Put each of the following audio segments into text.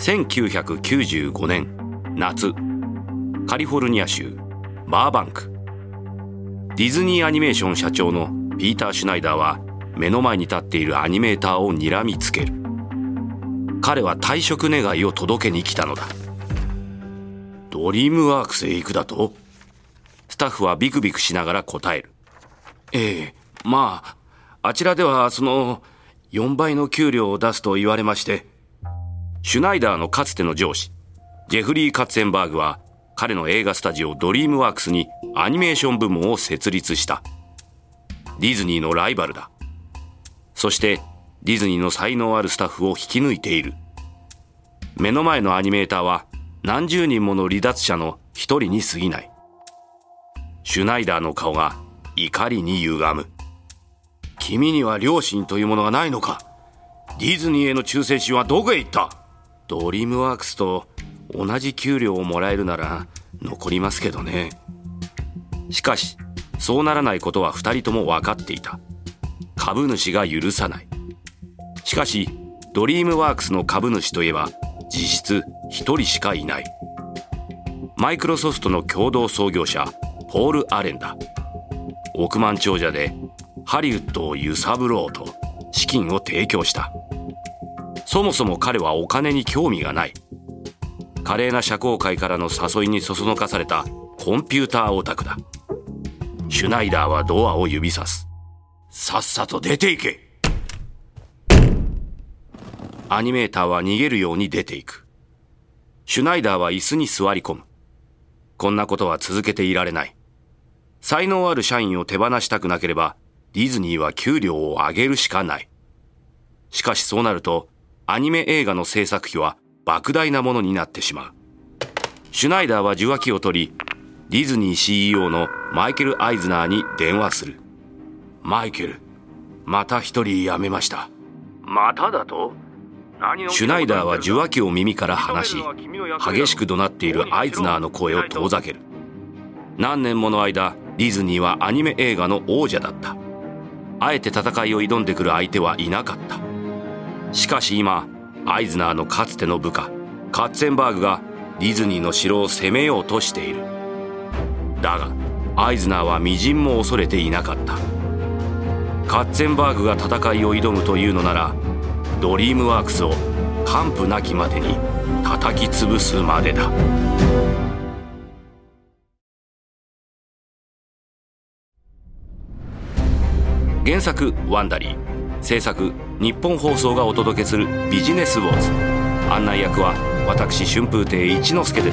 1995年夏、カリフォルニア州バーバンク。ディズニーアニメーション社長のピーター・シュナイダーは目の前に立っているアニメーターを睨みつける。彼は退職願いを届けに来たのだ。ドリームワークスへ行くだと？スタッフはビクビクしながら答える。まあ、あちらでは4倍の給料を出すと言われまして。シュナイダーのかつての上司、ジェフリー・カッツェンバーグは彼の映画スタジオドリームワークスにアニメーション部門を設立した。ディズニーのライバルだ。そしてディズニーの才能あるスタッフを引き抜いている。目の前のアニメーターは何十人もの離脱者の一人に過ぎない。シュナイダーの顔が怒りに歪む。君には良心というものがないのか？ディズニーへの忠誠心はどこへ行った？ドリームワークスと同じ給料をもらえるなら残りますけどね。しかしそうならないことは2人とも分かっていた。株主が許さない。しかしドリームワークスの株主といえば実質1人しかいない。マイクロソフトの共同創業者ポール・アレンだ。億万長者でハリウッドを揺さぶろうと資金を提供した。そもそも彼はお金に興味がない。華麗な社交界からの誘いにそそのかされたコンピューターオタクだ。シュナイダーはドアを指さす。さっさと出て行け。アニメーターは逃げるように出ていく。シュナイダーは椅子に座り込む。こんなことは続けていられない。才能ある社員を手放したくなければディズニーは給料を上げるしかない。しかしそうなるとアニメ映画の制作費は莫大なものになってしまう。シュナイダーは受話器を取り、ディズニー CEO のマイケル・アイズナーに電話する。マイケル、また一人辞めました。まただと？シュナイダーは受話器を耳から離し、激しく怒鳴っているアイズナーの声を遠ざける。何年もの間ディズニーはアニメ映画の王者だった。あえて戦いを挑んでくる相手はいなかった。しかし今、アイズナーのかつての部下カッツェンバーグがディズニーの城を攻めようとしている。だがアイズナーは微塵も恐れていなかった。カッツェンバーグが戦いを挑むというのなら、ドリームワークスを完膚なきまでに叩き潰すまでだ。原作ワンダリー、制作日本放送がお届けするビジネスウォーズ。案内役は私春風亭一之輔です。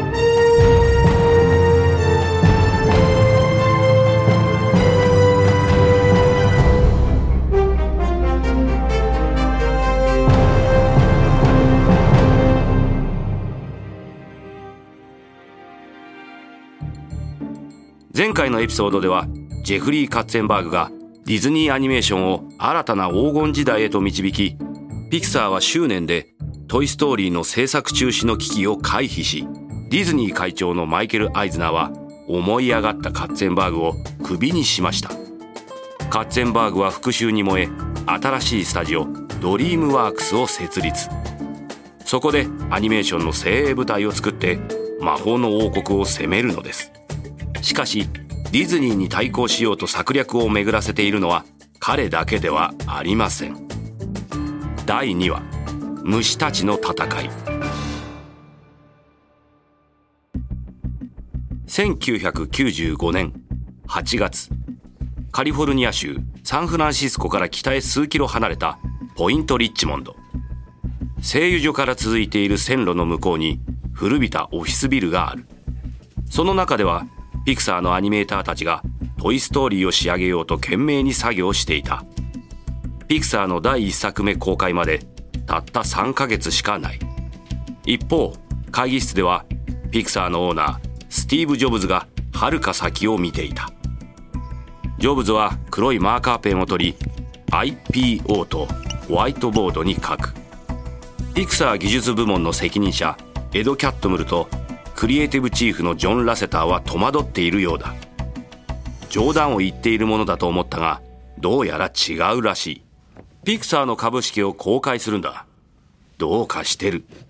前回のエピソードではジェフリー・カッツェンバーグがディズニーアニメーションを新たな黄金時代へと導き、ピクサーは執念でトイストーリーの制作中止の危機を回避し、ディズニー会長のマイケル・アイズナーは思い上がったカッツェンバーグをクビにしました。カッツェンバーグは復讐に燃え、新しいスタジオドリームワークスを設立。そこでアニメーションの精鋭部隊を作って魔法の王国を攻めるのです。しかしディズニーに対抗しようと策略を巡らせているのは彼だけではありません。第2話、虫たちの戦い。1995年8月、カリフォルニア州サンフランシスコから北へ数キロ離れたポイントリッチモンド。製油所から続いている線路の向こうに古びたオフィスビルがある。その中ではピクサーのアニメーターたちがトイストーリーを仕上げようと懸命に作業していた。ピクサーの第1作目公開までたった3ヶ月しかない。一方、会議室ではピクサーのオーナースティーブ・ジョブズが遥か先を見ていた。ジョブズは黒いマーカーペンを取り IPO とホワイトボードに書く。ピクサー技術部門の責任者エド・キャットムルとクリエイティブチーフのジョン・ラセターは戸惑っているようだ。冗談を言っているものだと思ったが、どうやら違うらしい。ピクサーの株式を公開するんだ。どうかしてる。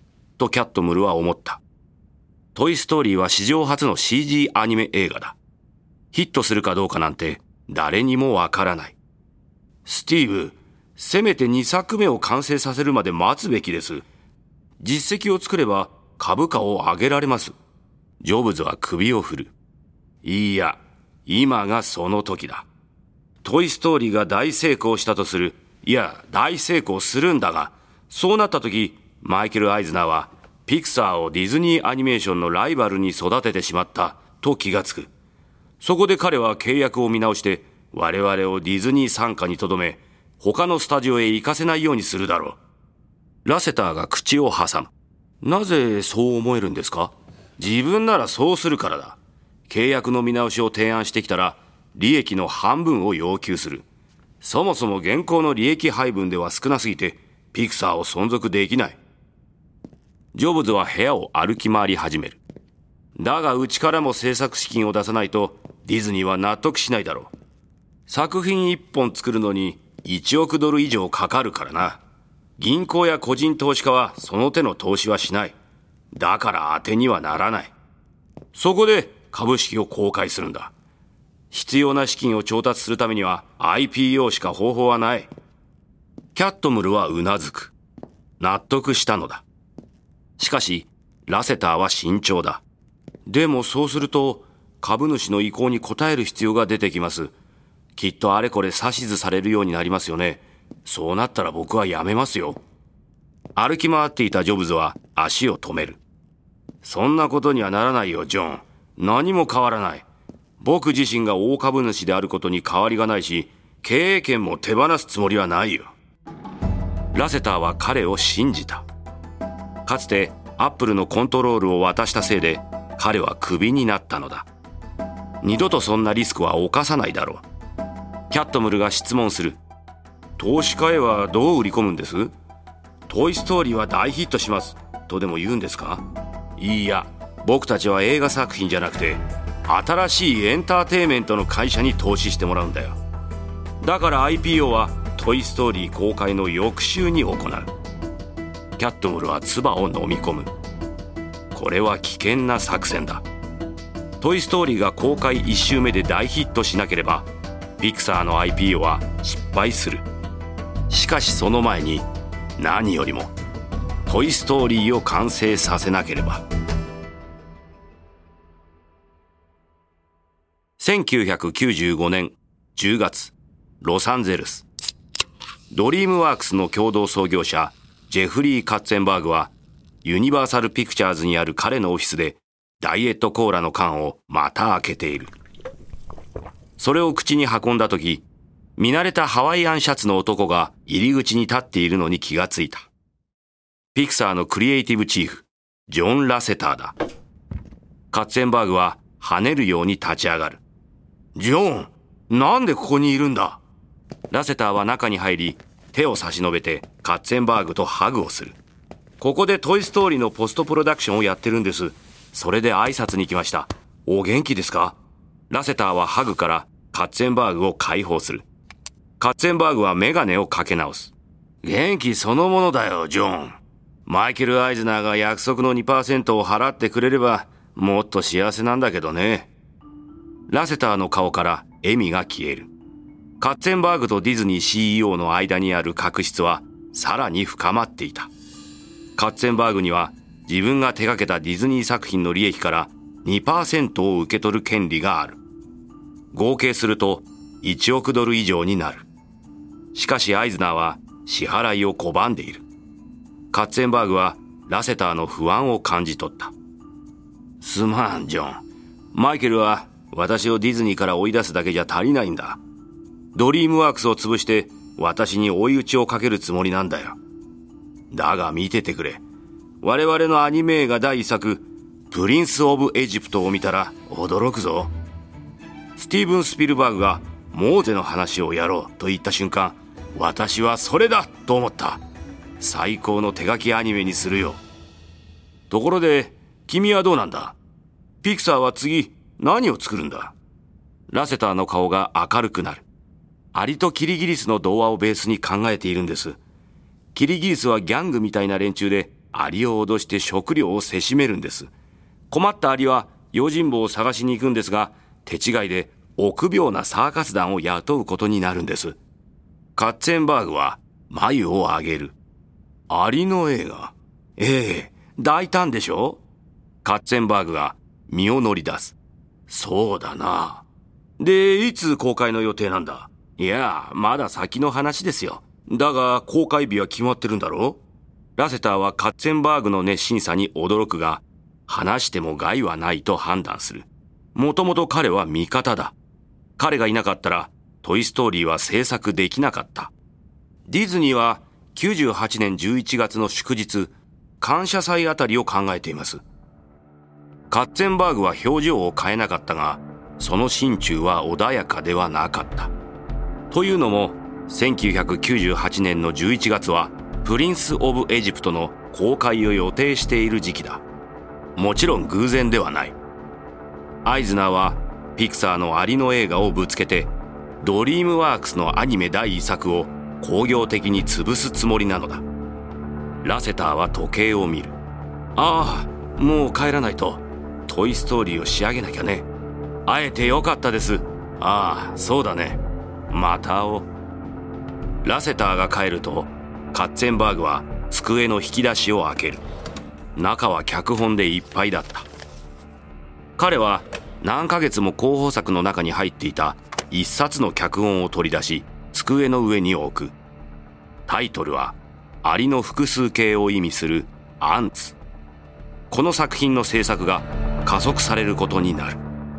とキャットムルは思った。トイストーリーは史上初の CG アニメ映画だ。ヒットするかどうかなんて誰にもわからない。スティーブ、せめて2作目を完成させるまで待つべきです。実績を作れば株価を上げられます。ジョブズは首を振る。いいや、今がその時だ。トイストーリーが大成功したとする。いや、大成功するんだが、そうなった時、マイケル・アイズナーはピクサーをディズニーアニメーションのライバルに育ててしまったと気がつく。そこで彼は契約を見直して我々をディズニー傘下に留め、他のスタジオへ行かせないようにするだろう。ラセターが口を挟む。なぜそう思えるんですか？自分ならそうするからだ。契約の見直しを提案してきたら利益の半分を要求する。そもそも現行の利益配分では少なすぎてピクサーを存続できない。ジョブズは部屋を歩き回り始める。だがうちからも制作資金を出さないとディズニーは納得しないだろう。作品1本作るのに1億ドル以上かかるからな。銀行や個人投資家はその手の投資はしない。だから当てにはならない。そこで株式を公開するんだ。必要な資金を調達するためには IPO しか方法はない。キャットムルはうなずく。納得したのだ。しかし、ラセターは慎重だ。でもそうすると、株主の意向に応える必要が出てきます。きっとあれこれ指図されるようになりますよね。そうなったら僕はやめますよ。歩き回っていたジョブズは足を止める。そんなことにはならないよ、ジョン。何も変わらない。僕自身が大株主であることに変わりがないし、経営権も手放すつもりはないよ。ラセターは彼を信じた。かつてアップルのコントロールを渡したせいで彼はクビになったのだ。二度とそんなリスクは冒さないだろう。キャットムルが質問する。投資家へはどう売り込むんです？トイストーリーは大ヒットしますとでも言うんですか？いいや、僕たちは映画作品じゃなくて新しいエンターテインメントの会社に投資してもらうんだよ。だから IPO はトイストーリー公開の翌週に行う。キャットムルは唾を飲み込む。これは危険な作戦だ。トイストーリーが公開1週目で大ヒットしなければピクサーの IPO は失敗する。しかしその前に何よりもトイストーリーを完成させなければ。1995年10月、ロサンゼルス。ドリームワークスの共同創業者ジェフリー・カッツェンバーグはユニバーサル・ピクチャーズにある彼のオフィスでダイエットコーラの缶をまた開けている。それを口に運んだ時、見慣れたハワイアンシャツの男が入り口に立っているのに気がついた。ピクサーのクリエイティブチーフ、ジョン・ラセターだ。カッツェンバーグは跳ねるように立ち上がる。ジョン、なんでここにいるんだ？ラセターは中に入り、手を差し伸べてカッツェンバーグとハグをする。ここでトイストーリーのポストプロダクションをやってるんです。それで挨拶に来ました。お元気ですか？ラセターはハグからカッツェンバーグを解放する。カッツェンバーグはメガネをかけ直す。元気そのものだよ、ジョン。マイケル・アイズナーが約束の 2% を払ってくれればもっと幸せなんだけどね。ラセターの顔から笑みが消える。カッツェンバーグとディズニー CEO の間にある確執はさらに深まっていた。カッツェンバーグには自分が手掛けたディズニー作品の利益から 2% を受け取る権利がある。合計すると1億ドル以上になる。しかしアイズナーは支払いを拒んでいる。カッツェンバーグはラセターの不安を感じ取った。すまん、ジョン。マイケルは私をディズニーから追い出すだけじゃ足りないんだ。ドリームワークスを潰して私に追い打ちをかけるつもりなんだよ。だが見ててくれ。我々のアニメ映画第1作、プリンス・オブ・エジプトを見たら驚くぞ。スティーブン・スピルバーグがモーゼの話をやろうと言った瞬間、私はそれだと思った。最高の手書きアニメにするよ。ところで、君はどうなんだ？ピクサーは次何を作るんだ？ラセターの顔が明るくなる。アリとキリギリスの童話をベースに考えているんです。キリギリスはギャングみたいな連中で、 アリを脅して食料をせしめるんです。困ったアリは用心棒を探しに行くんですが、手違いで臆病なサーカス団を雇うことになるんです。カッツェンバーグは眉を上げる。アリの映画。大胆でしょ？カッツェンバーグが身を乗り出す。そうだな。で、いつ公開の予定なんだ？いや、まだ先の話ですよ。だが、公開日は決まってるんだろ？ラセターはカッツェンバーグの熱心さに驚くが、話しても害はないと判断する。もともと彼は味方だ。彼がいなかったら、トイストーリーは制作できなかった。ディズニーは98年11月の祝日、感謝祭あたりを考えています。カッツェンバーグは表情を変えなかったが、その心中は穏やかではなかった。というのも、1998年の11月は、プリンス・オブ・エジプトの公開を予定している時期だ。もちろん偶然ではない。アイズナーは、ピクサーのアリの映画をぶつけて、ドリームワークスのアニメ第一作を興行的に潰すつもりなのだ。ラセターは時計を見る。ああ、もう帰らないと。トイストーリーを仕上げなきゃね。会えてよかったです。ああ、そうだね。また会おう。ラセターが帰ると、カッツェンバーグは机の引き出しを開ける。中は脚本でいっぱいだった。彼は何ヶ月も候補作の中に入っていた一冊の脚本を取り出し、机の上に置く。タイトルは、アリの複数形を意味するアンツ。この作品の制作が加速されることになる。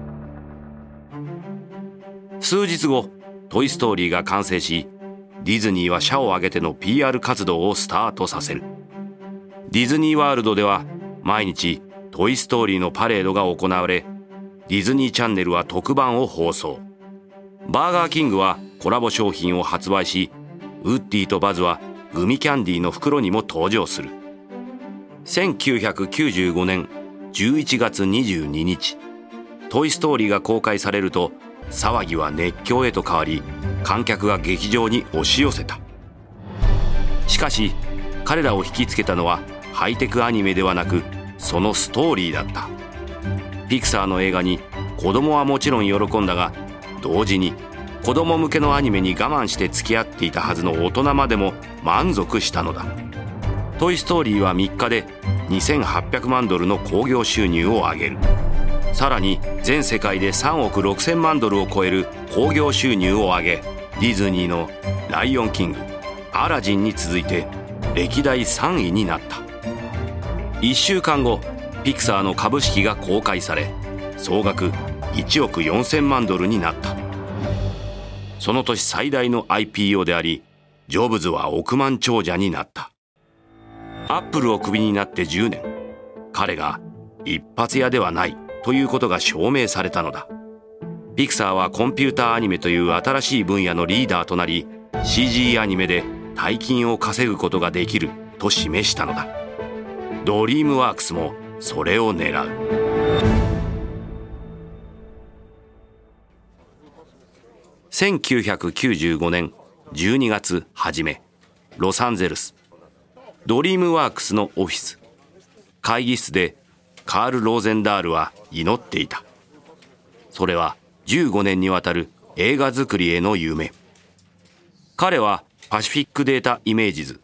数日後、トイストーリーが完成し、ディズニーは社を挙げての PR 活動をスタートさせる。ディズニーワールドでは毎日トイストーリーのパレードが行われ、ディズニーチャンネルは特番を放送。バーガーキングはコラボ商品を発売し、ウッディとバズはグミキャンディーの袋にも登場する。1995年11月22日、トイストーリーが公開されると、騒ぎは熱狂へと変わり、観客が劇場に押し寄せた。しかし、彼らを引きつけたのはハイテクアニメではなく、そのストーリーだった。ピクサーの映画に子供はもちろん喜んだが、同時に子供向けのアニメに我慢して付き合っていたはずの大人までも満足したのだ。トイストーリーは3日で2800万ドルの興行収入を上げる。さらに全世界で3億6000万ドルを超える興行収入を上げ、ディズニーのライオンキング、アラジンに続いて歴代3位になった。1週間後、ピクサーの株式が公開され、総額1億4000万ドルになった。その年最大の IPO であり、ジョブズは億万長者になった。アップルをクビになって10年、彼が一発屋ではないということが証明されたのだ。ピクサーはコンピューターアニメという新しい分野のリーダーとなり、 CG アニメで大金を稼ぐことができると示したのだ。ドリームワークスもそれを狙う。1995年12月初め、ロサンゼルス、ドリームワークスのオフィス。会議室でカール・ローゼンダールは祈っていた。それは15年にわたる映画作りへの夢。彼はパシフィックデータイメージズ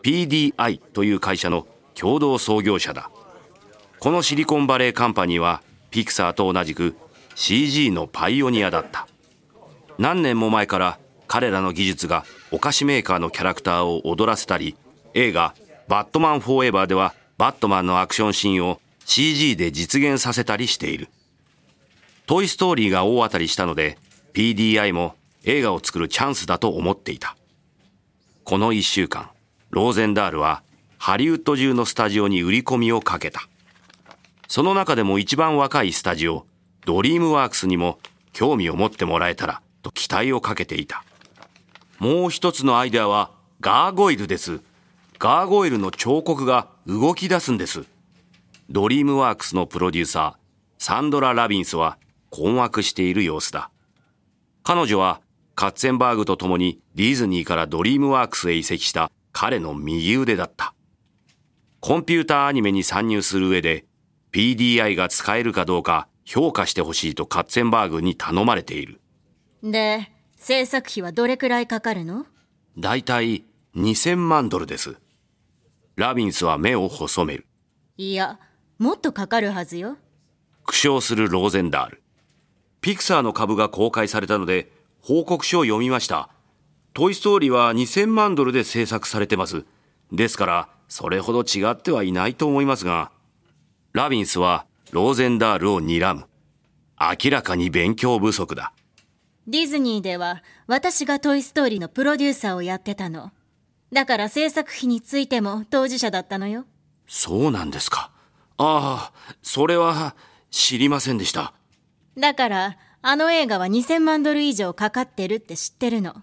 PDI という会社の共同創業者だ。このシリコンバレーカンパニーはピクサーと同じく CG のパイオニアだった。何年も前から彼らの技術がお菓子メーカーのキャラクターを踊らせたり、映画バットマンフォーエバーではバットマンのアクションシーンを CG で実現させたりしている。トイストーリーが大当たりしたので、 PDI も映画を作るチャンスだと思っていた。この1週間、ローゼンダールはハリウッド中のスタジオに売り込みをかけた。その中でも一番若いスタジオ、ドリームワークスにも興味を持ってもらえたらと期待をかけていた。もう一つのアイデアはガーゴイルです。ガーゴイルの彫刻が動き出すんです。ドリームワークスのプロデューサー、サンドラ・ラビンスは困惑している様子だ。彼女はカッツェンバーグと共にディズニーからドリームワークスへ移籍した彼の右腕だった。 コンピューターアニメに参入する上で PDI が使えるかどうか評価してほしいとカッツェンバーグに頼まれている。 で、制作費はどれくらいかかるの？ だいたい2000万ドルです。ラビンスは目を細める。 いや、もっとかかるはずよ。 苦笑するローゼンダール。ピクサーの株が公開されたので報告書を読みました。トイストーリーは2000万ドルで制作されてます。ですからそれほど違ってはいないと思いますが、ラビンスはローゼンダールを睨む。明らかに勉強不足だ。 ディズニーでは私がトイストーリーのプロデューサーをやってたの。だから制作費についても当事者だったのよ。 そうなんですか。ああ、それは知りませんでした。 だからあの映画は2000万ドル以上かかってるって知ってるの。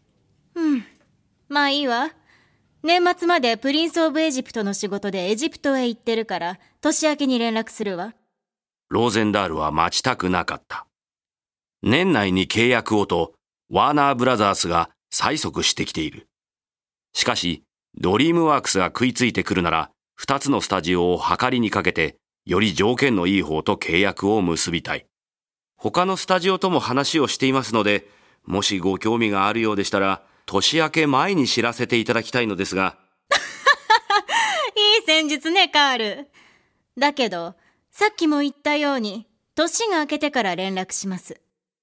まあいいわ。年末までプリンス・オブ・エジプトの仕事でエジプトへ行ってるから年明けに連絡するわ。 ローゼンダールは待ちたくなかった。年内に契約をとワーナーブラザースが催促してきている。しかしドリームワークスが食いついてくるなら2つのスタジオを計りにかけてより条件のいい方と契約を結びたい。他のスタジオとも話をしていますので、もしご興味があるようでしたら年明け前に知らせていただきたいのですが。 いい戦術ね、カール。だけどさっきも言ったように年が明けてから連絡します。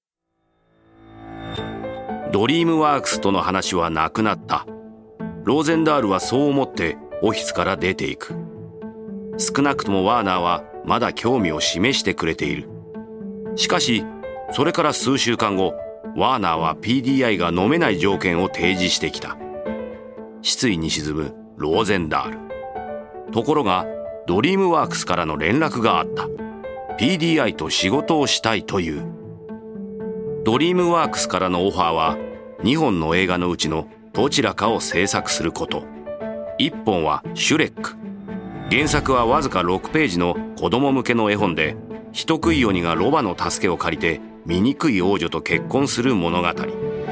ドリームワークスとの話はなくなった。ローゼンダールはそう思ってオフィスから出ていく。少なくともワーナーはまだ興味を示してくれている。しかしそれから数週間後、ワーナーは PDI が飲めない条件を提示してきた。失意に沈むローゼンダール。ところがドリームワークスからの連絡があった。 PDI と仕事をしたいという。ドリームワークスからのオファーは2本の映画のうちのどちらかを制作すること。1本はシュレック。原作はわずか6ページの子供向けの絵本で、人食い鬼がロバの助けを借りて醜い王女と結婚する物語。もう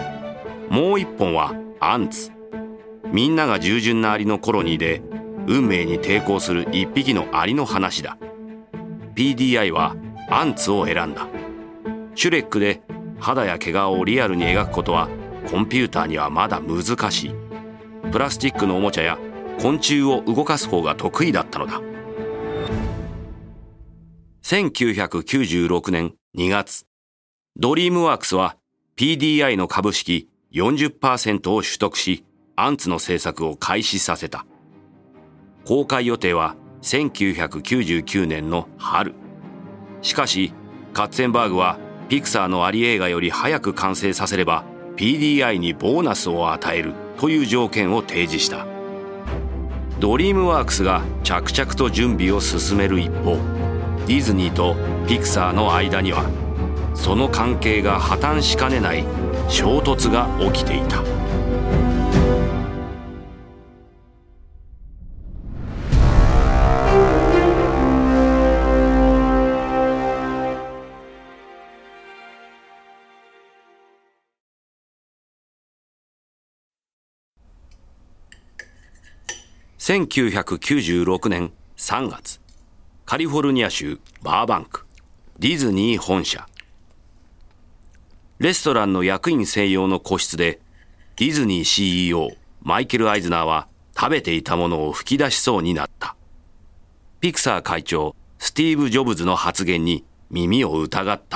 1本はアンツ。みんなが従順なアリのコロニーで運命に抵抗する1匹のアリの話だ。 PDI はアンツを選んだ。シュレックで肌や毛皮をリアルに描くことはコンピューターにはまだ難しい。プラスチックのおもちゃや昆虫を動かす方が得意だったのだ。1996年2月、ドリームワークスは PDI の株式 40% を取得し、アンツの制作を開始させた。公開予定は1999年の春。しかしカッツェンバーグはピクサーのアリ映画より早く完成させれば PDI にボーナスを与えるという条件を提示した。ドリームワークスが着々と準備を進める一方、ディズニーとピクサーの間にはその関係が破綻しかねない衝突が起きていた。1996年3月、カリフォルニア州バーバンク、ディズニー本社。レストランの役員専用の個室で、ディズニー CEO マイケル・アイズナーは食べていたものを吹き出しそうになった。ピクサー会長スティーブ・ジョブズの発言に耳を疑った。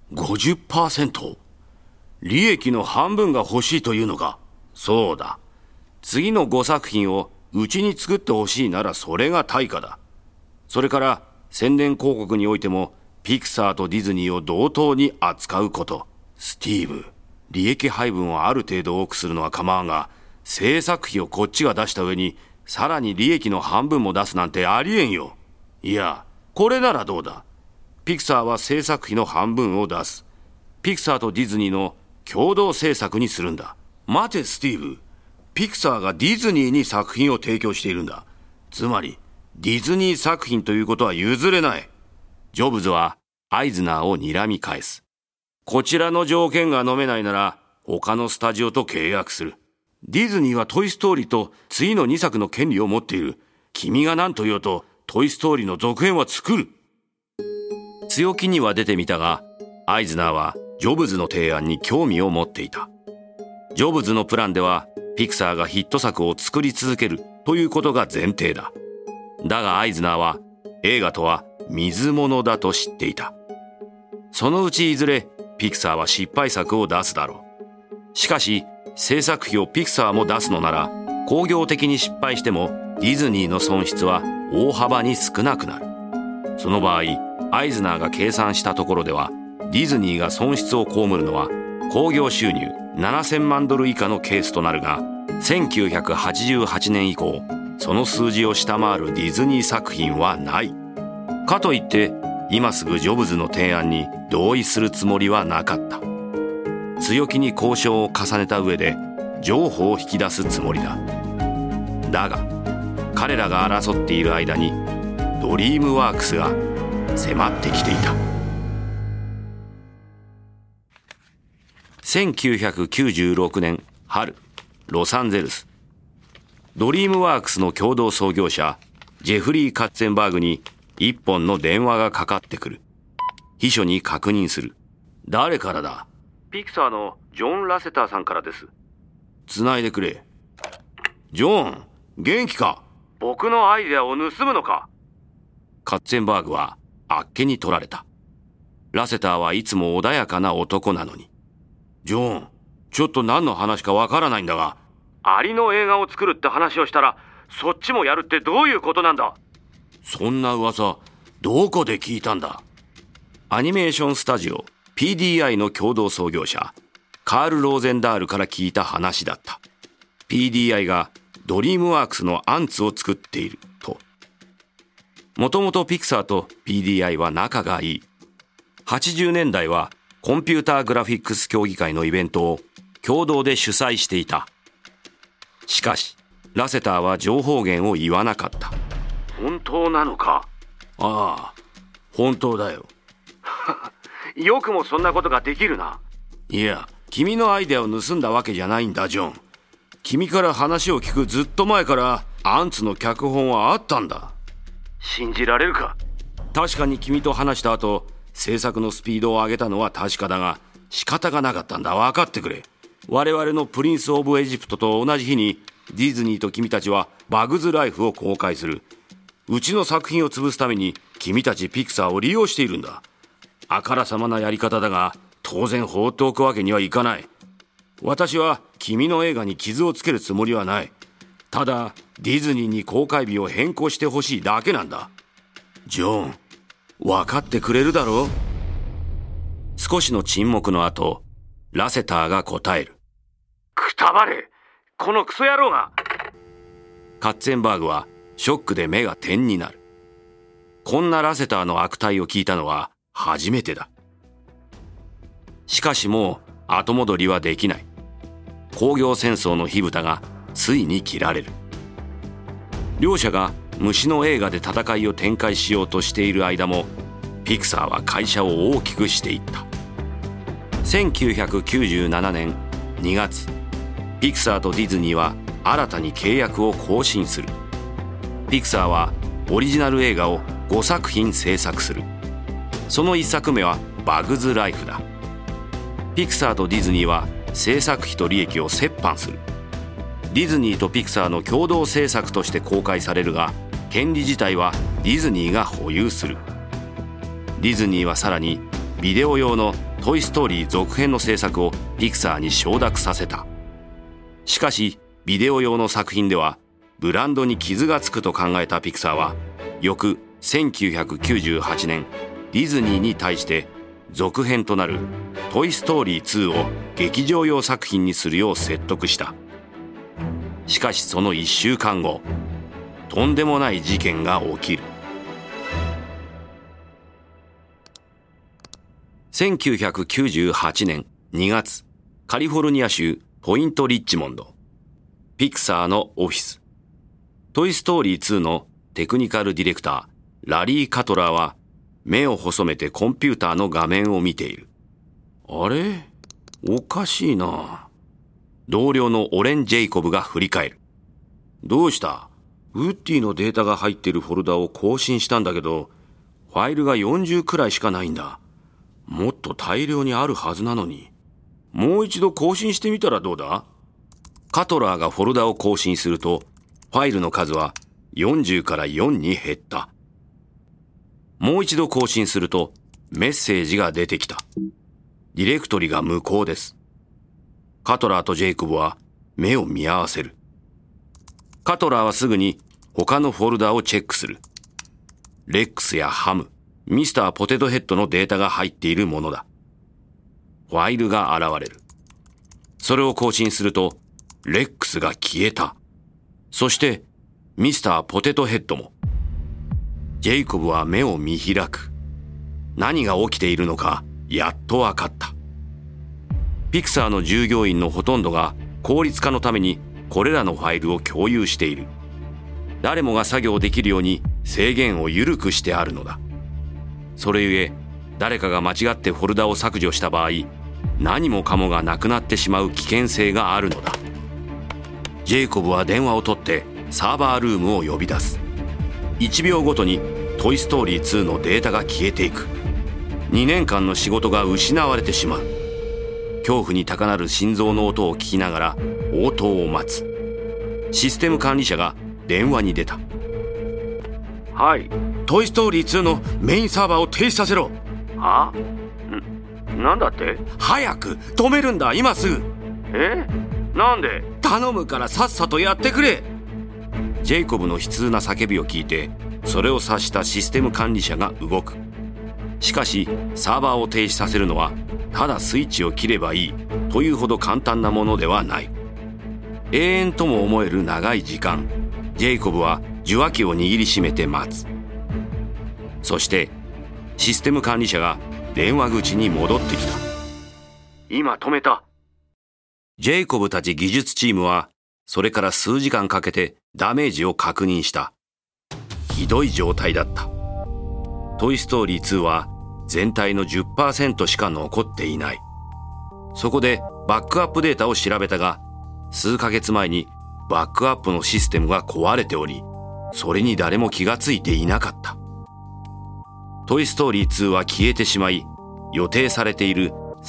50%？ 利益の半分が欲しいというのか。そうだ。次の5作品をうちに作ってほしいならそれが対価だ。それから宣伝広告においてもピクサーとディズニーを同等に扱うこと。スティーブ、利益配分をある程度多くするのは構わんが、制作費をこっちが出した上にさらに利益の半分も出すなんてありえんよ。いや、これならどうだ。ピクサーは制作費の半分を出す。ピクサーとディズニーの共同制作にするんだ。待てスティーブ、ピクサーがディズニーに作品を提供しているんだ。つまりディズニー作品ということは譲れない。ジョブズはアイズナーを睨み返す。こちらの条件が飲めないなら他のスタジオと契約する。ディズニーはトイストーリーと次の2作の権利を持っている。 君が何と言おうとトイストーリーの続編は作る。強気には出てみたが、アイズナーはジョブズの提案に興味を持っていた。ジョブズのプランではピクサーがヒット作を作り続けるということが前提だ。だがアイズナーは映画とは水物だと知っていた。そのうちいずれピクサーは失敗作を出すだろう。しかし制作費をピクサーも出すのなら、興行的に失敗してもディズニーの損失は大幅に少なくなる。その場合、アイズナーが計算したところでは、ディズニーが損失を被るのは興行収入$7000万以下のケースとなるが、1988年以降その数字を下回るディズニー作品はない。かといって今すぐジョブズの提案に同意するつもりはなかった。強気に交渉を重ねた上で譲歩を引き出すつもりだ。だが彼らが争っている間にドリームワークスが迫ってきていた。1996年春、ロサンゼルス。ドリームワークスの共同創業者ジェフリー・カッツェンバーグに一本の電話がかかってくる。秘書に確認する。誰からだ？ピクサーのジョン・ラセターさんからです。つないでくれ。ジョン、元気か？僕のアイデアを盗むのか？カッツェンバーグはあっけに取られた。ラセターはいつも穏やかな男なのに。ジョン、ちょっと何の話かわからないんだが、アリの映画を作るって話をしたら、そっちもやるってどういうことなんだ？そんな噂、どこで聞いたんだ？アニメーションスタジオ PDI の共同創業者、カール・ローゼンダールから聞いた話だった。PDI がドリームワークスのアンツを作っていると。もともとピクサーと PDI は仲がいい。80年代はコンピューターグラフィックス協議会のイベントを共同で主催していた。しかし、ラセターは情報源を言わなかった。本当なのか？ああ、本当だよ。よくもそんなことができるな。いや、君のアイデアを盗んだわけじゃないんだ、ジョン。君から話を聞くずっと前からアンツの脚本はあったんだ。信じられるか？確かに君と話した後、制作のスピードを上げたのは確かだが、仕方がなかったんだ。分かってくれ。我々のプリンス・オブ・エジプトと同じ日にディズニーと君たちはバグズ・ライフを公開する。うちの作品を潰すために君たちピクサーを利用しているんだ。あからさまなやり方だが、当然放っておくわけにはいかない。私は君の映画に傷をつけるつもりはない。ただディズニーに公開日を変更してほしいだけなんだ。ジョン、分かってくれるだろう？少しの沈黙の後、ラセターが答える。くたばれ、このクソ野郎が！カッツェンバーグはショックで目が点になる。こんなラセターの悪態を聞いたのは初めてだ。しかしもう後戻りはできない。興行戦争の火蓋がついに切られる。両者が虫の映画で戦いを展開しようとしている間も、ピクサーは会社を大きくしていった。1997年2月、ピクサーとディズニーは新たに契約を更新する。ピクサーはオリジナル映画を5作品制作する。その1作目はバグズ・ライフだ。ピクサーとディズニーは制作費と利益を折半する。ディズニーとピクサーの共同制作として公開されるが、権利自体はディズニーが保有する。ディズニーはさらにビデオ用のトイストーリー続編の制作をピクサーに承諾させた。しかしビデオ用の作品ではブランドに傷がつくと考えたピクサーは、翌1998年ディズニーに対して続編となるトイストーリー2を劇場用作品にするよう説得した。しかしその1週間後、とんでもない事件が起きる。1998年2月、カリフォルニア州ポイントリッチモンド。ピクサーのオフィス。トイストーリー2のテクニカルディレクター、ラリー・カトラーは目を細めてコンピューターの画面を見ている。あれ？おかしいな。同僚のオレン・ジェイコブが振り返る。どうした？ ウッディのデータが入っているフォルダを更新したんだけど、ファイルが40くらいしかないんだ。もっと大量にあるはずなのに。もう一度更新してみたらどうだ？カトラーがフォルダを更新すると、ファイルの数は40から4に減った。もう一度更新すると、メッセージが出てきた。ディレクトリが無効です。カトラーとジェイコブは目を見合わせる。カトラーはすぐに他のフォルダをチェックする。レックスやハム、ミスターポテトヘッドのデータが入っているものだ。ファイルが現れる。それを更新すると、レックスが消えた。そして、ミスターポテトヘッドも。ジェイコブは目を見開く。何が起きているのか、やっとわかった。ピクサーの従業員のほとんどが効率化のためにこれらのファイルを共有している。誰もが作業できるように制限を緩くしてあるのだ。それゆえ、誰かが間違ってフォルダを削除した場合、何もかもがなくなってしまう危険性があるのだ。ジェイコブは電話を取ってサーバールームを呼び出す。1秒ごとにトイストーリー2のデータが消えていく。2年間の仕事が失われてしまう。恐怖に高鳴る心臓の音を聞きながら応答を待つ。システム管理者が電話に出た。はい、トイストーリー2のメインサーバーを停止させろ。は？なんだって？早く止めるんだ、今すぐ。なんで？頼むからさっさとやってくれ。ジェイコブの悲痛な叫びを聞いて、それを察したシステム管理者が動く。しかしサーバーを停止させるのはただスイッチを切ればいいというほど簡単なものではない。永遠とも思える長い時間、ジェイコブは受話器を握りしめて待つ。そしてシステム管理者が電話口に戻ってきた。今止めた。ジェイコブたち技術チームはそれから数時間かけてダメージを確認した。ひどい状態だった。トイストーリー2は全体の 10% しか残っていない。そこでバックアップデータを調べたが、数ヶ月前にバックアップのシステムが壊れており、それに誰も気がついていなかった。トイストーリー2は消えてしまい、予定されている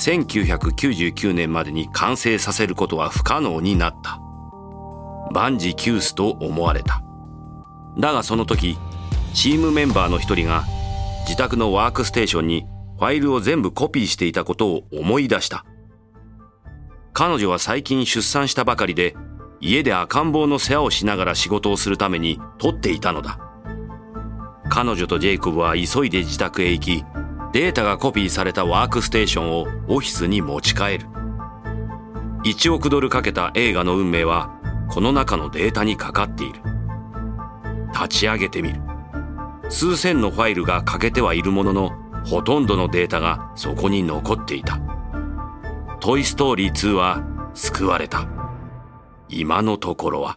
1999年までに完成させることは不可能になった。万事休すと思われた。だがその時、チームメンバーの一人が自宅のワークステーションにファイルを全部コピーしていたことを思い出した。彼女は最近出産したばかりで、家で赤ん坊の世話をしながら仕事をするために取っていたのだ。彼女とジェイコブは急いで自宅へ行き、データがコピーされたワークステーションをオフィスに持ち帰る。1億ドルかけた映画の運命はこの中のデータにかかっている。立ち上げてみる。数千のファイルが欠けてはいるものの、ほとんどのデータがそこに残っていた。トイストーリー2は救われた。今のところは。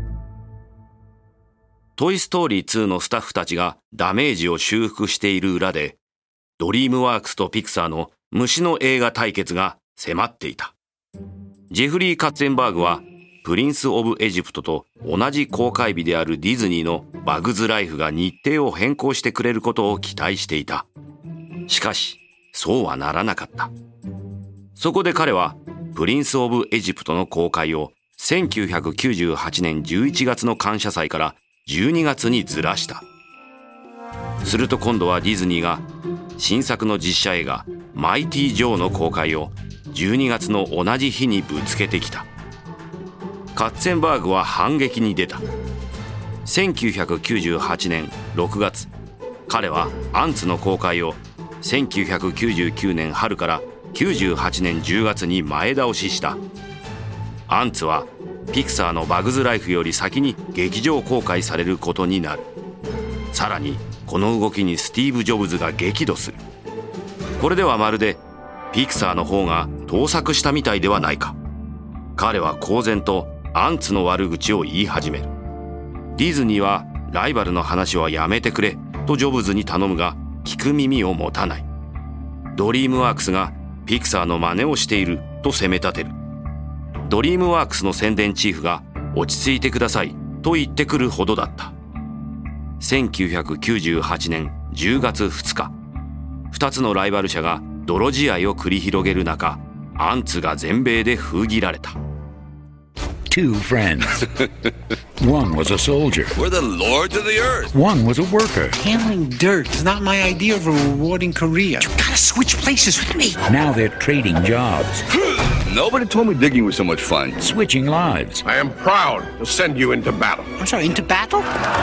トイストーリー2のスタッフたちがダメージを修復している裏で、ドリームワークスとピクサーの虫の映画対決が迫っていた。ジェフリー・カッツェンバーグはプリンス・オブ・エジプトと同じ公開日であるディズニーのバグズ・ライフが日程を変更してくれることを期待していた。しかし、そうはならなかった。そこで彼はプリンス・オブ・エジプトの公開を1998年11月の感謝祭から12月にずらした。すると今度はディズニーが新作の実写映画マイティ・ジョーの公開を12月の同じ日にぶつけてきた。カッツェンバーグは反撃に出た。1998年6月、彼はアンツの公開を1999年春から98年10月に前倒しした。アンツはピクサーのバグズライフより先に劇場公開されることになる。さらにこの動きにスティーブ・ジョブズが激怒する。これではまるでピクサーの方が盗作したみたいではないか。彼は公然とアンツの悪口を言い始める。ディズニーはライバルの話はやめてくれとジョブズに頼むが、聞く耳を持たない。ドリームワークスがピクサーの真似をしていると責め立てる。ドリームワークスの宣伝チーフが落ち着いてください。 と言ってくるほどだった。1998年10月2日、2つのライバル社が泥仕合を繰り広げる中、アンツが全米で封切られた。 Two friends. One was a soldier. We're the lords of the earth. One was a worker. Handling dirt is not my idea of a rewarding career. You gotta switch places with me. Now they're trading jobs. Nobody told me digging was so much fun. Switching lives. I am proud to send you into battle. I'm sorry, into battle?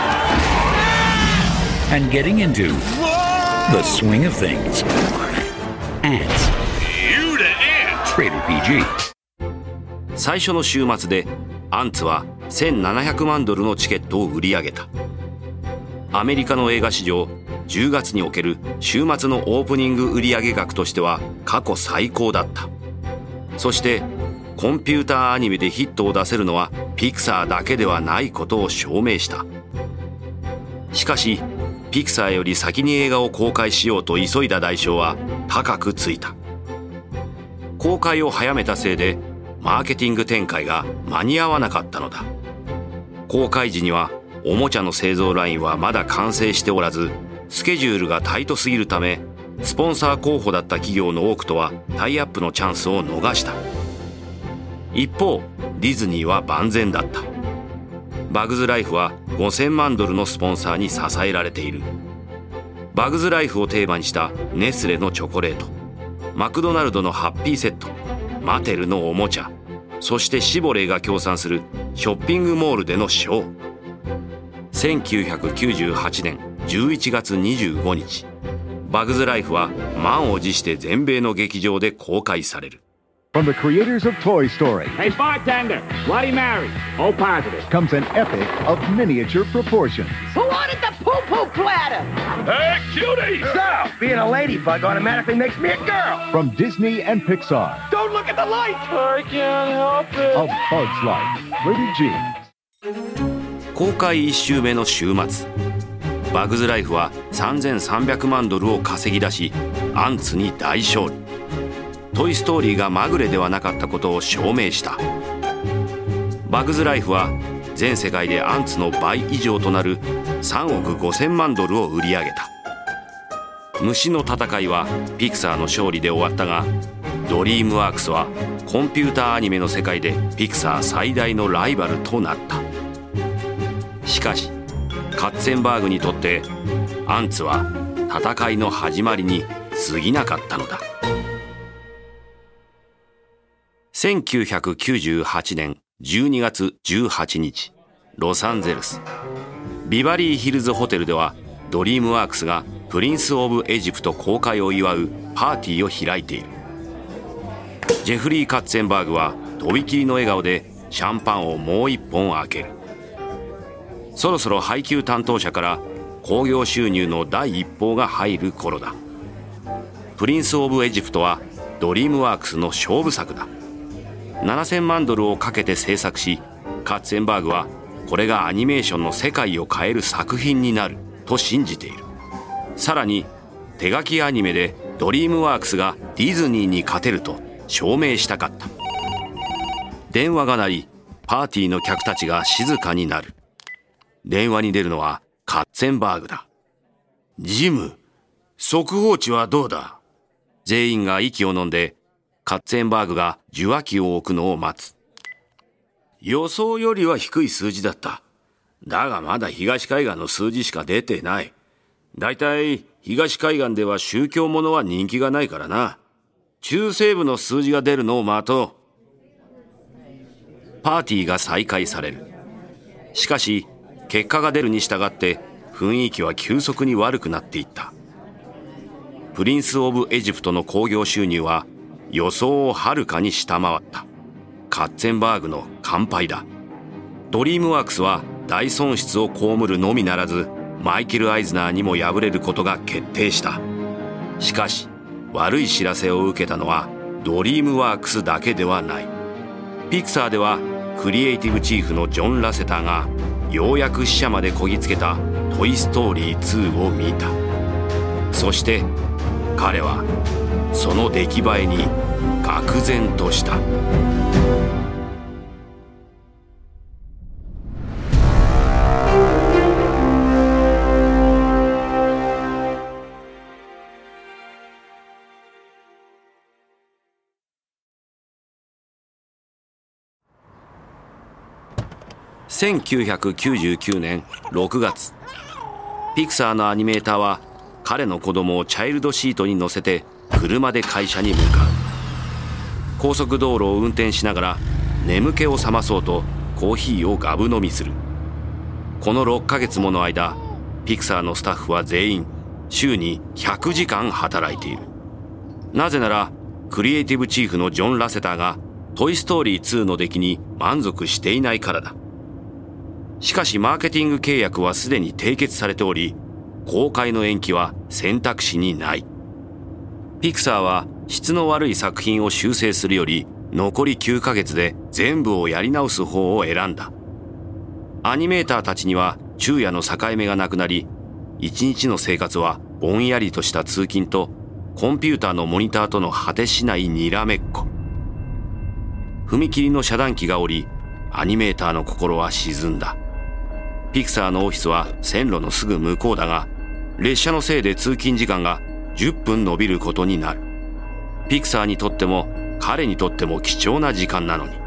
And getting into the swing of things. Ants. You the ant! Rated PG. 最初の週末でアンツは1700万ドルのチケットを売り上げた。アメリカの映画史上10月における週末のオープニング売上額としては過去最高だった。そしてコンピューターアニメでヒットを出せるのはピクサーだけではないことを証明した。しかしピクサーより先に映画を公開しようと急いだ代償は高くついた。公開を早めたせいでマーケティング展開が間に合わなかったのだ。公開時にはおもちゃの製造ラインはまだ完成しておらず、スケジュールがタイトすぎるため、スポンサー候補だった企業の多くとはタイアップのチャンスを逃した。一方、ディズニーは万全だった。バグズライフは5000万ドルのスポンサーに支えられている。バグズライフをテーマにしたネスレのチョコレート、マクドナルドのハッピーセット、マテルのおもちゃ、そしてシボレーが協賛するショッピングモールでのショー。1998年11月25日、バグズライフは満を持して全米の劇場で公開される。 From the creators of Toy Story. Hey, bartender, Bloody Mary, all positive. Comes an epic of miniature proportions. Who ordered the poo-poo platter? Hey, cutie! So, being a ladybug automatically makes me a girl. From Disney and Pixar. Don't look at the light. I can't help it. A Bug's Life. Rated G. 公開1週目の週末、バグズライフは3300万ドルを稼ぎ出し、アンツに大勝利。トイストーリーがまぐれではなかったことを証明した。バグズライフは全世界でアンツの倍以上となる3億5000万ドルを売り上げた。虫の戦いはピクサーの勝利で終わったが、ドリームワークスはコンピューターアニメの世界でピクサー最大のライバルとなった。しかしカッツェンバーグにとってアンツは戦いの始まりに過ぎなかったのだ。1998年12月18日、ロサンゼルスビバリーヒルズホテルではドリームワークスがプリンス・オブ・エジプト公開を祝うパーティーを開いている。ジェフリー・カッツェンバーグはとびきりの笑顔でシャンパンをもう一本開ける。そろそろ配給担当者から興行収入の第一報が入る頃だ。プリンス・オブ・エジプトはドリームワークスの勝負作だ。7000万ドルをかけて制作し、カッツェンバーグはこれがアニメーションの世界を変える作品になると信じている。さらに手書きアニメでドリームワークスがディズニーに勝てると証明したかった。電話が鳴り、パーティーの客たちが静かになる。電話に出るのはカッツェンバーグだ。ジム、速報値はどうだ？全員が息を飲んでカッツェンバーグが受話器を置くのを待つ。予想よりは低い数字だった。だがまだ東海岸の数字しか出てない。だいたい東海岸では宗教ものは人気がないからな。中西部の数字が出るのを待とう。パーティーが再開される。しかし結果が出るに従って雰囲気は急速に悪くなっていった。プリンス・オブ・エジプトの興行収入は予想をはるかに下回った。カッツェンバーグの完敗だ。ドリームワークスは大損失を被るのみならず、マイケル・アイズナーにも敗れることが決定した。しかし悪い知らせを受けたのはドリームワークスだけではない。ピクサーではクリエイティブチーフのジョン・ラセターがようやく死者までこぎつけたトイ・ストーリー2を見た。そして彼はその出来栄えに愕然とした。 1999年6月、ピクサーのアニメーターは彼の子供をチャイルドシートに乗せて車で会社に向かう。高速道路を運転しながら眠気を覚まそうとコーヒーをガブ飲みする。この6ヶ月もの間、ピクサーのスタッフは全員週に100時間働いている。なぜならクリエイティブチーフのジョン・ラセターがトイストーリー2の出来に満足していないからだ。しかしマーケティング契約はすでに締結されており、公開の延期は選択肢にない。ピクサーは質の悪い作品を修正するより残り9ヶ月で全部をやり直す方を選んだ。アニメーターたちには昼夜の境目がなくなり、一日の生活はぼんやりとした通勤とコンピューターのモニターとの果てしないにらめっこ。踏切の遮断機が下り、アニメーターの心は沈んだ。ピクサーのオフィスは線路のすぐ向こうだが、列車のせいで通勤時間が10分延びることになる。ピクサーにとっても彼にとっても貴重な時間なのに。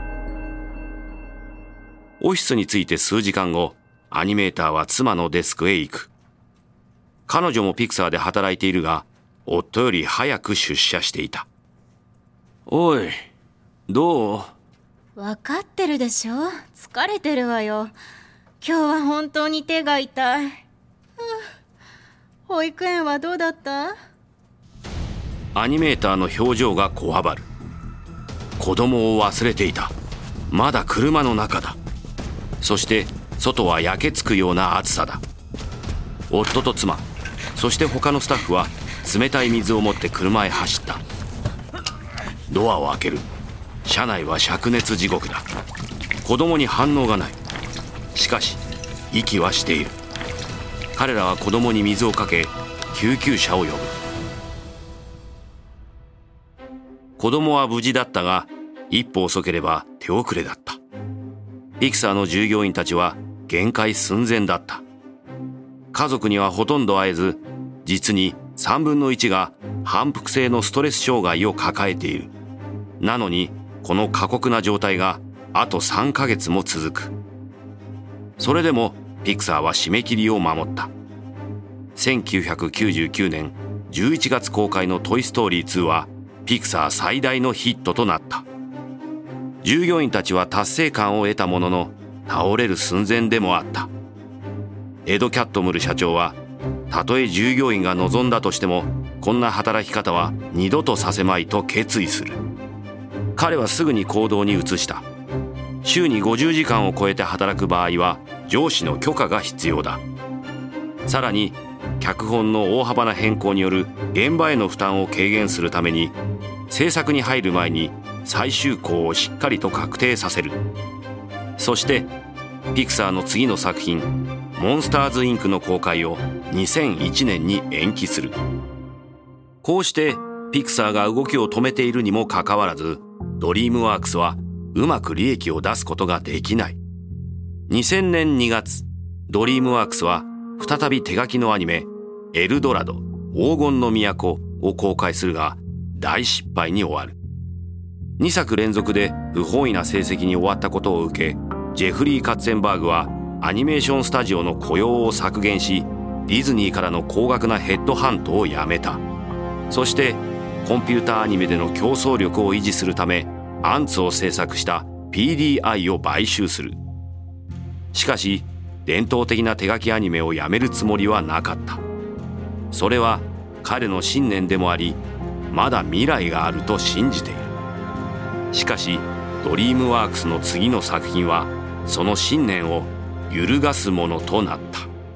オフィスに着いて数時間後、アニメーターは妻のデスクへ行く。彼女もピクサーで働いているが、夫より早く出社していた。おい、どう？ わかってるでしょ？疲れてるわよ。今日は本当に手が痛い。保育園はどうだった？ アニメーターの表情がこわばる。子供を忘れていた。まだ車の中だ。そして外は焼けつくような暑さだ。夫と妻、そして他のスタッフは冷たい水を持って車へ走った。ドアを開ける。車内は灼熱地獄だ。子供に反応がない。しかし息はしている。彼らは子供に水をかけ救急車を呼ぶ。子供は無事だったが、一歩遅ければ手遅れだった。ピクサーの従業員たちは限界寸前だった。家族にはほとんど会えず、実に3分の1が反復性のストレス障害を抱えている。なのにこの過酷な状態があと3ヶ月も続く。それでもピクサーは締め切りを守った。1999年11月公開のトイストーリー2はピクサー最大のヒットとなった。従業員たちは達成感を得たものの倒れる寸前でもあった。エド・キャットムル社長は、たとえ従業員が望んだとしてもこんな働き方は二度とさせまいと決意する。彼はすぐに行動に移した。週に50時間を超えて働く場合は上司の許可が必要だ。さらに脚本の大幅な変更による現場への負担を軽減するために、制作に入る前に最終稿をしっかりと確定させる。そしてピクサーの次の作品モンスターズインクの公開を2001年に延期する。こうしてピクサーが動きを止めているにもかかわらず、ドリームワークスはうまく利益を出すことができない。2000年2月、ドリームワークスは再び手書きのアニメエルドラド黄金の都を公開するが大失敗に終わる。2作連続で不本意な成績に終わったことを受け、ジェフリー・カッツェンバーグはアニメーションスタジオの雇用を削減し、ディズニーからの高額なヘッドハントをやめた。そしてコンピューターアニメでの競争力を維持するためアンツを制作した PDI を買収する。しかし伝統的な手書きアニメをやめるつもりはなかった。それは彼の信念でもあり、まだ未来があると信じている。しかしドリームワークスの次の作品はその信念を揺るがすものとなった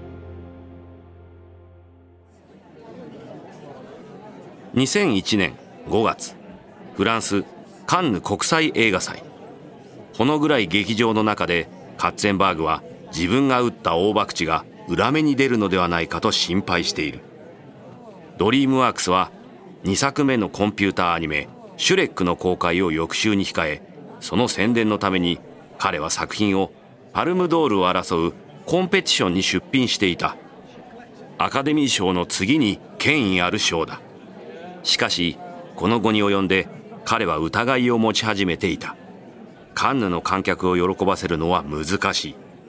。2001年5月、フランスカンヌ国際映画祭。ほの暗い劇場の中でカッツェンバーグは自分が撃った大博打が裏目に出るのではないかと心配している。ドリームワークスは2作目のコンピューターアニメシュレックの公開を翌週に控え、その宣伝のために彼は作品をパルムドールを争うコンペティションに出品していた。アカデミー賞の次に権威ある賞だ。しかしこの後に及んで彼は疑いを持ち始めていた。カンヌの観客を喜ばせるのは難しい。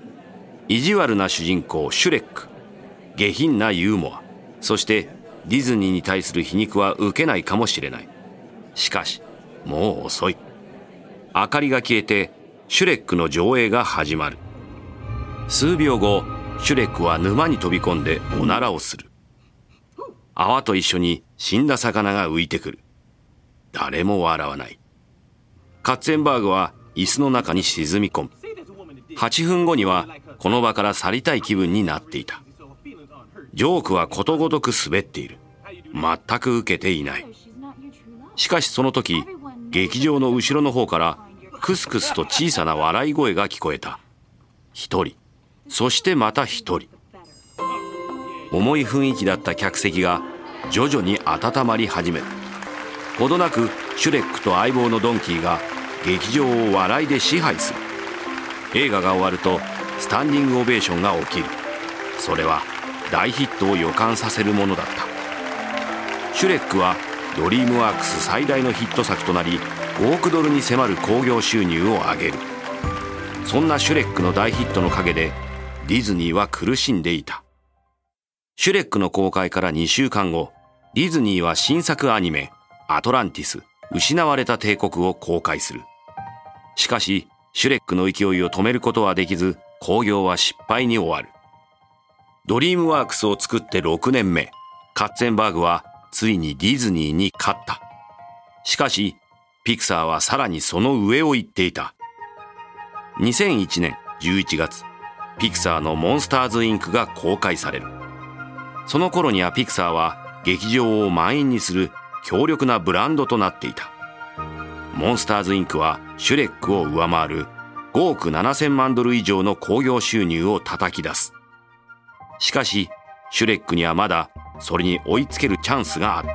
意地悪な主人公シュレック、下品なユーモア、そしてディズニーに対する皮肉は受けないかもしれない。しかしもう遅い。明かりが消えてシュレックの上映が始まる。数秒後、シュレックは沼に飛び込んでおならをする。泡と一緒に死んだ魚が浮いてくる。誰も笑わない。カッツェンバーグは椅子の中に沈み込む。8分後にはこの場から去りたい気分になっていた。ジョークはことごとく滑っている。全く受けていない。しかしその時、劇場の後ろの方からクスクスと小さな笑い声が聞こえた。一人、そしてまた一人。重い雰囲気だった客席が徐々に温まり始める。ほどなくシュレックと相棒のドンキーが劇場を笑いで支配する。映画が終わるとスタンディングオベーションが起きる。それは大ヒットを予感させるものだった。シュレックはドリームワークス最大のヒット作となり、5億ドルに迫る興行収入を上げる。そんなシュレックの大ヒットの陰でディズニーは苦しんでいた。シュレックの公開から2週間後、ディズニーは新作アニメアトランティス失われた帝国を公開する。しかしシュレックの勢いを止めることはできず、興行は失敗に終わる。ドリームワークスを作って6年目、カッツェンバーグはついにディズニーに勝った。しかしピクサーはさらにその上を行っていた。2001年11月、ピクサーのモンスターズインクが公開される。その頃にはピクサーは劇場を満員にする強力なブランドとなっていた。モンスターズインクはシュレックを上回る5億7000万ドル以上の興行収入を叩き出す。しかしシュレックにはまだそれに追いつけるチャンスがあった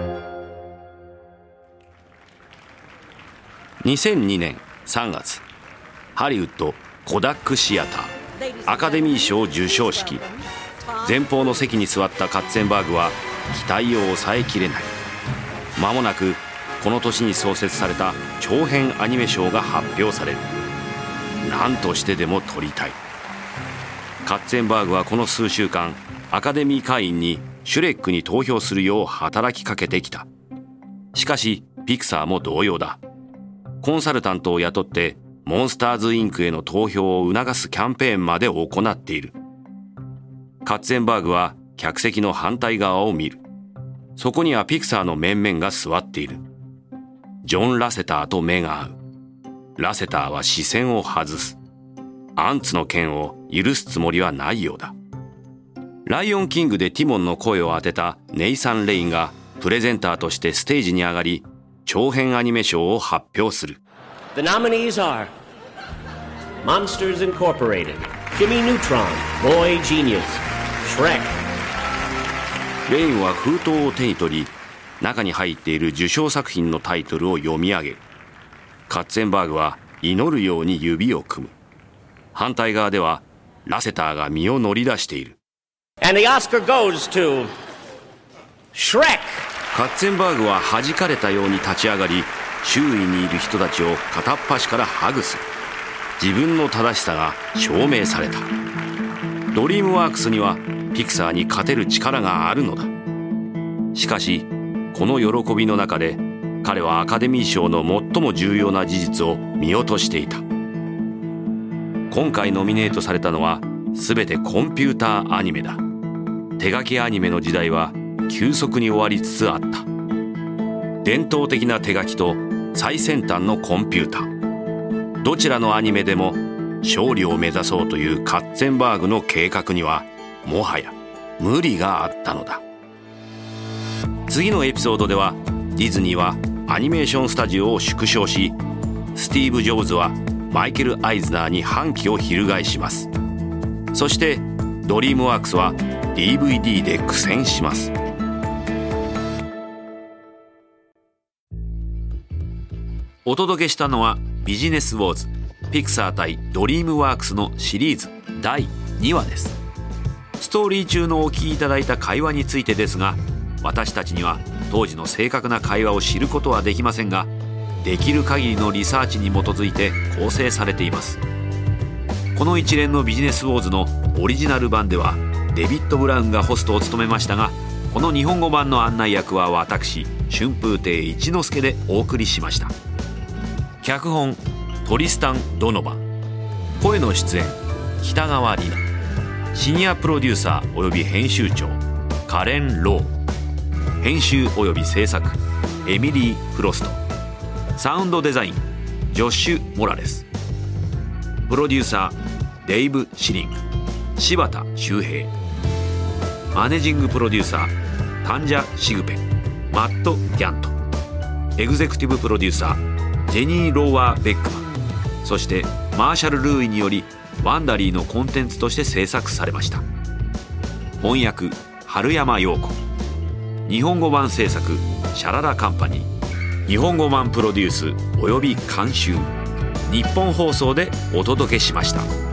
。2002年3月、ハリウッドコダックシアターアカデミー賞授賞式。前方の席に座ったカッツェンバーグは期待を抑えきれない。間もなくこの年に創設された長編アニメ賞が発表される。何としてでも取りたい。カッツェンバーグはこの数週間、アカデミー会員にシュレックに投票するよう働きかけてきた。しかしピクサーも同様だ。コンサルタントを雇ってモンスターズインクへの投票を促すキャンペーンまで行っている。カッツェンバーグは客席の反対側を見る。そこにはピクサーの面々が座っている。ジョン・ラセターと目が合う。ラセターは視線を外す。アンツの件を許すつもりはないようだ。ライオンキングでティモンの声を当てたネイサン・レインがプレゼンターとしてステージに上がり、長編アニメ賞を発表する。 The nominees are Monsters Incorporated, Jimmy Neutron, Boy Genius, Shrek。 レインは封筒を手に取り、中に入っている受賞作品のタイトルを読み上げる。カッツェンバーグは祈るように指を組む。反対側ではラセターが身を乗り出している。 And the Oscar goes to Shrek。 カッツェンバーグは弾かれたように立ち上がり、周囲にいる人たちを片っ端からハグする。自分の正しさが証明された。ドリームワークスにはピクサーに勝てる力があるのだ。しかしこの喜びの中で彼はアカデミー賞の最も重要な事実を見落としていた。今回ノミネートされたのは全てコンピューターアニメだ。手書きアニメの時代は急速に終わりつつあった。伝統的な手書きと最先端のコンピューター、どちらのアニメでも勝利を目指そうというカッツェンバーグの計画にはもはや無理があったのだ。次のエピソードではディズニーはアニメーションスタジオを縮小し、スティーブ・ジョブズはマイケル・アイズナーに反旗を翻します。そしてドリームワークスは DVD で苦戦します。お届けしたのはビジネスウォーズピクサー対ドリームワークスのシリーズ第2話です。ストーリー中のお聞きいただいた会話についてですが、私たちには当時の正確な会話を知ることはできませんが、できる限りのリサーチに基づいて構成されています。 この一連のビジネスウォーズのオリジナル版ではデビッド・ブラウンがホストを務めましたが、この日本語版の案内役は私春風亭一之輔でお送りしました。脚本トリスタン・ドノバン、声の出演北川里奈、シニアプロデューサーおよび編集長カレン・ロー、編集および制作エミリー・フロスト、サウンドデザインジョッシュ・モラレス、プロデューサーデイブ・シリング、柴田修平、マネジングプロデューサータンジャ・シグペン、マット・ギャント、エグゼクティブプロデューサージェニー・ローワー・ベックマン、そしてマーシャル・ルーイによりワンダリーのコンテンツとして制作されました。翻訳春山陽子、日本語版制作シャララカンパニー、日本語版プロデュースおよび監修日本放送でお届けしました。